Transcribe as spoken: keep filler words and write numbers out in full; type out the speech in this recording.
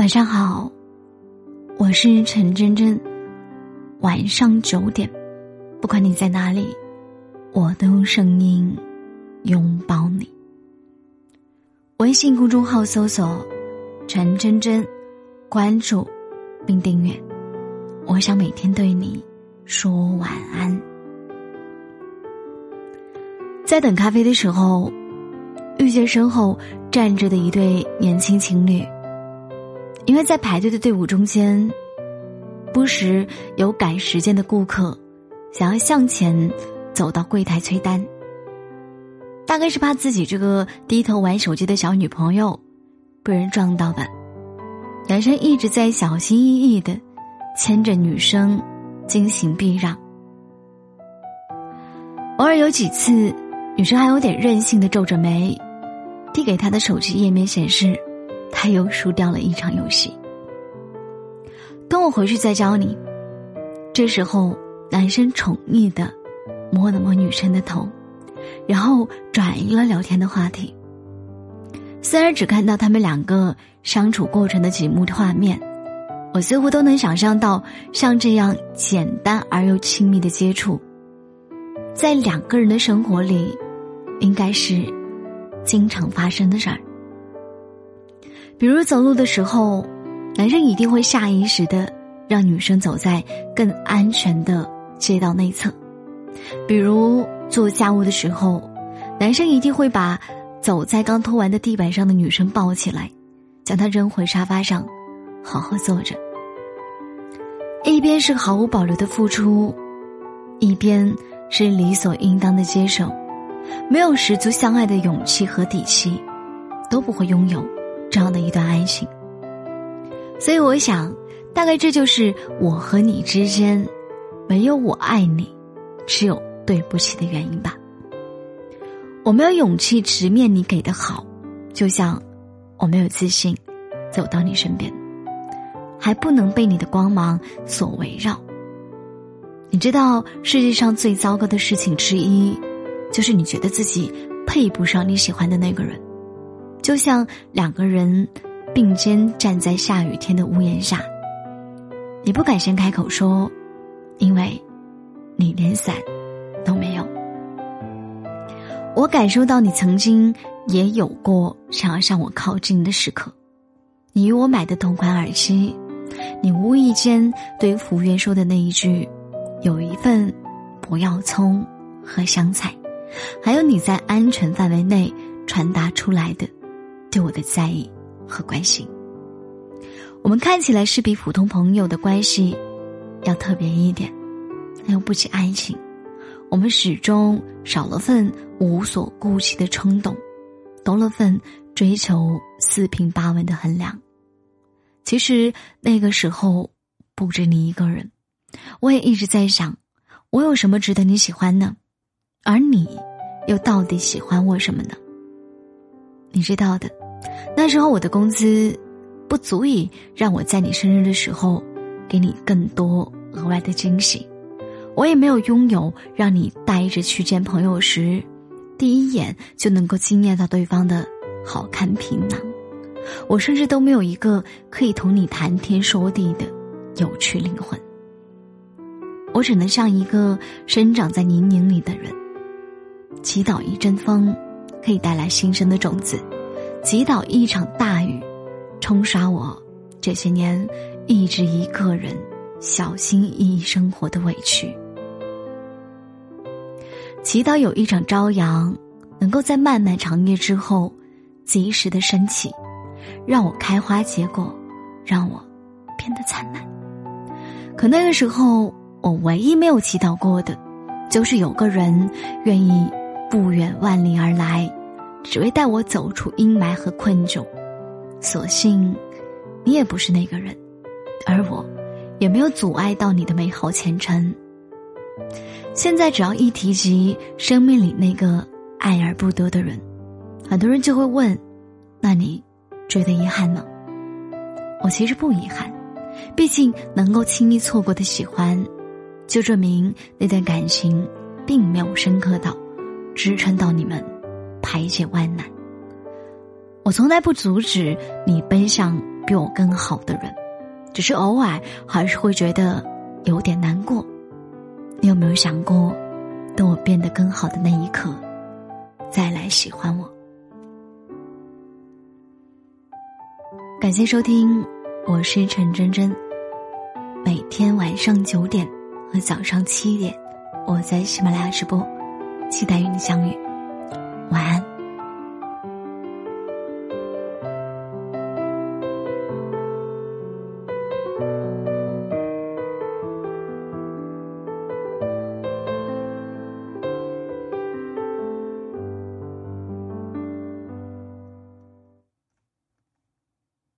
上好，我是陈真真。晚上九点，不管你在哪里，我都用声音拥抱你。微信公众号搜索陈真真，关注并订阅。我想每天对你说晚安。在等咖啡的时候，遇见身后站着的一对年轻情侣。因为在排队的队伍中间，不时有赶时间的顾客想要向前走到柜台催单，大概是怕自己这个低头玩手机的小女朋友被人撞到吧。男生一直在小心翼翼地牵着女生进行避让，偶尔有几次女生还有点任性地皱着眉，递给他的手机页面显示他又输掉了一场游戏。跟我回去再教你。这时候男生宠溺地摸了摸女生的头，然后转移了聊天的话题。虽然只看到他们两个相处过程的几幕画面，我似乎都能想象到像这样简单而又亲密的接触在两个人的生活里应该是经常发生的事儿。比如走路的时候，男生一定会下意识地让女生走在更安全的街道内侧。比如做家务的时候，男生一定会把走在刚拖完的地板上的女生抱起来，将她扔回沙发上，好好坐着。一边是毫无保留的付出，一边是理所应当的接受。没有十足相爱的勇气和底气，都不会拥有这样的一段爱情。所以我想，大概这就是我和你之间没有我爱你，只有对不起的原因吧。我没有勇气直面你给的好，就像我没有自信走到你身边，还不能被你的光芒所围绕。你知道世界上最糟糕的事情之一，就是你觉得自己配不上你喜欢的那个人。就像两个人并肩站在下雨天的屋檐下，你不敢先开口说，因为你连伞都没有。我感受到你曾经也有过想要向我靠近的时刻，你与我买的同款耳机，你无意间对服务员说的那一句有一份不要葱和香菜，还有你在安全范围内传达出来的对我的在意和关心。我们看起来是比普通朋友的关系要特别一点，但又不及爱情。我们始终少了份无所顾忌的冲动，多了份追求四平八稳的衡量。其实那个时候不止你一个人，我也一直在想，我有什么值得你喜欢呢？而你又到底喜欢我什么呢？你知道的，那时候我的工资不足以让我在你生日的时候给你更多额外的惊喜，我也没有拥有让你带着去见朋友时第一眼就能够惊艳到对方的好看皮囊，我甚至都没有一个可以同你谈天说地的有趣灵魂。我只能像一个生长在泥泞里的人，祈祷一阵风可以带来新生的种子，祈祷一场大雨冲刷我这些年一直一个人小心翼翼生活的委屈，祈祷有一场朝阳能够在漫漫长夜之后及时的升起，让我开花结果，让我变得灿烂。可那个时候我唯一没有祈祷过的，就是有个人愿意不远万里而来，只为带我走出阴霾和困窘。所幸你也不是那个人，而我也没有阻碍到你的美好前程。现在只要一提及生命里那个爱而不得的人，很多人就会问，那你觉得遗憾吗？我其实不遗憾，毕竟能够轻易错过的喜欢，就证明那段感情并没有深刻到支撑到你们排解万难。我从来不阻止你奔向比我更好的人，只是偶尔还是会觉得有点难过。你有没有想过，等我变得更好的那一刻，再来喜欢我？感谢收听，我是陈真真。每天晚上九点和早上七点，我在喜马拉雅直播，期待与你相遇。晚安。